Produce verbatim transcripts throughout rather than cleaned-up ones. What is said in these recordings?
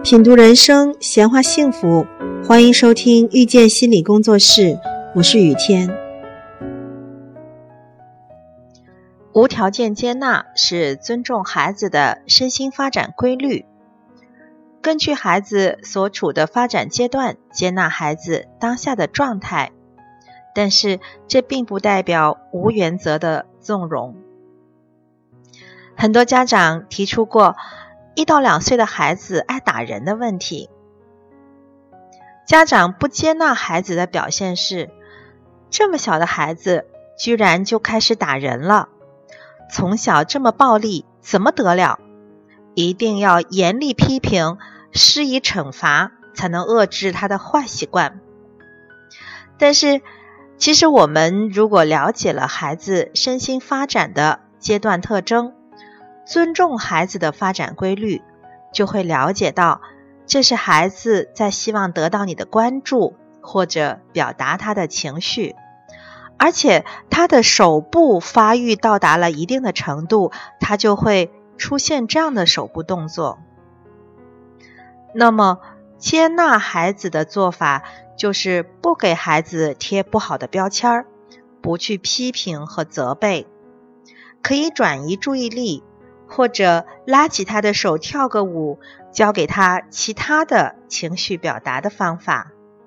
品读人生，闲话幸福，欢迎收听遇见心理工作室，我是雨天。无条件接纳是尊重孩子的身心发展规律，根据孩子所处的发展阶段，接纳孩子当下的状态，但是这并不代表无原则的纵容。很多家长提出过一到两岁的孩子爱打人的问题。家长不接纳孩子的表现是，这么小的孩子居然就开始打人了，从小这么暴力怎么得了？一定要严厉批评，施以惩罚，才能遏制他的坏习惯。但是其实我们如果了解了孩子身心发展的阶段特征，尊重孩子的发展规律，就会了解到这是孩子在希望得到你的关注，或者表达他的情绪，而且他的手部发育到达了一定的程度，他就会出现这样的手部动作。那么接纳孩子的做法就是不给孩子贴不好的标签，不去批评和责备，可以转移注意力，或者拉起他的手跳个舞，教给他其他的情绪表达的方法。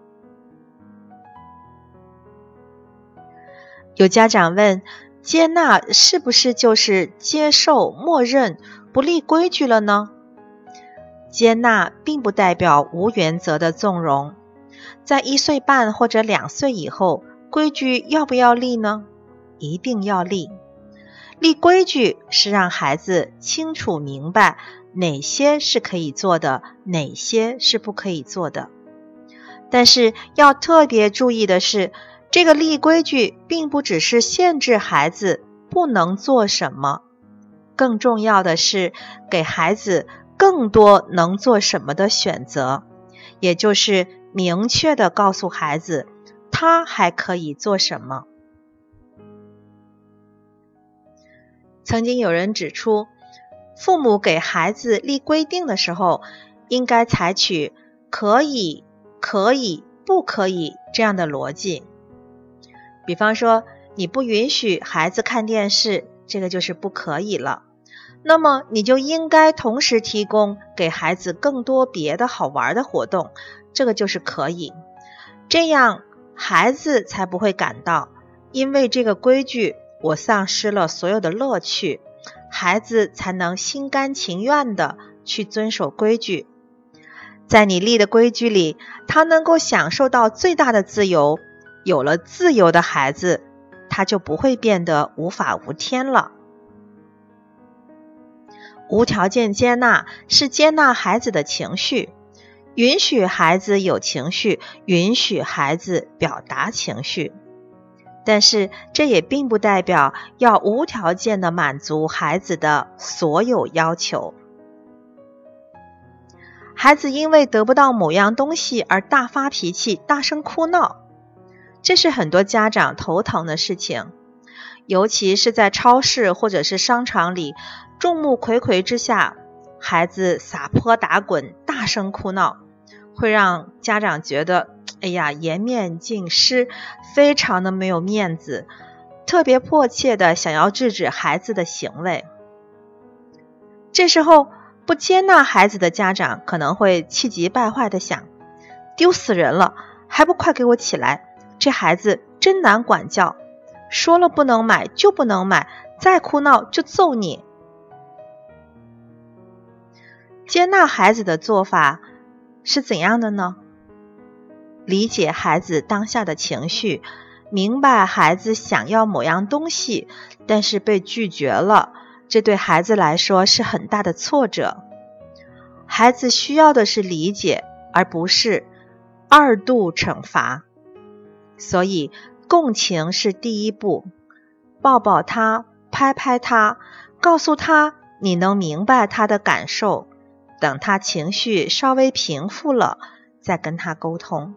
有家长问，接纳是不是就是接受、默认、不立规矩了呢？接纳并不代表无原则的纵容。在一岁半或者两岁以后，规矩要不要立呢？一定要立。立规矩是让孩子清楚明白哪些是可以做的，哪些是不可以做的。但是要特别注意的是，这个立规矩并不只是限制孩子不能做什么，更重要的是给孩子更多能做什么的选择，也就是明确地告诉孩子他还可以做什么。曾经有人指出，父母给孩子立规定的时候，应该采取可以、可以、不可以这样的逻辑。比方说，你不允许孩子看电视，这个就是不可以了。那么你就应该同时提供给孩子更多别的好玩的活动，这个就是可以。这样孩子才不会感到因为这个规矩我丧失了所有的乐趣，孩子才能心甘情愿地去遵守规矩。在你立的规矩里，他能够享受到最大的自由，有了自由的孩子，他就不会变得无法无天了。无条件接纳是接纳孩子的情绪，允许孩子有情绪，允许孩子表达情绪。但是这也并不代表要无条件地满足孩子的所有要求。孩子因为得不到某样东西而大发脾气，大声哭闹，这是很多家长头疼的事情。尤其是在超市或者是商场里，众目睽睽之下，孩子撒泼打滚，大声哭闹，会让家长觉得哎呀，颜面尽失，非常的没有面子，特别迫切的想要制止孩子的行为。这时候不接纳孩子的家长可能会气急败坏的想，丢死人了，还不快给我起来，这孩子真难管教，说了不能买就不能买，再哭闹就揍你。接纳孩子的做法是怎样的呢？理解孩子当下的情绪，明白孩子想要某样东西，但是被拒绝了，这对孩子来说是很大的挫折。孩子需要的是理解，而不是二度惩罚。所以共情是第一步，抱抱他，拍拍他，告诉他你能明白他的感受，等他情绪稍微平复了，再跟他沟通。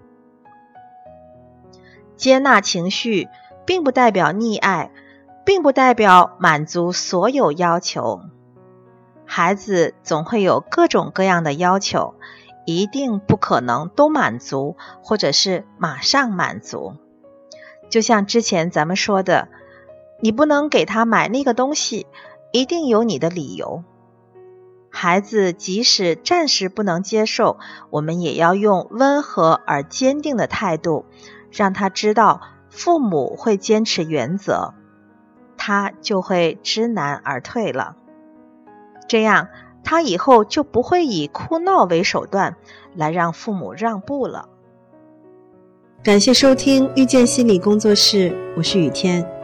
接纳情绪并不代表溺爱，并不代表满足所有要求。 孩子总会有各种各样的要求，一定不可能都满足，或者是马上满足。就像之前咱们说的，你不能给他买那个东西，一定有你的理由。孩子即使暂时不能接受，我们也要用温和而坚定的态度，让他知道父母会坚持原则，他就会知难而退了。这样，他以后就不会以哭闹为手段来让父母让步了。 感谢收听遇见心理工作室，我是雨天。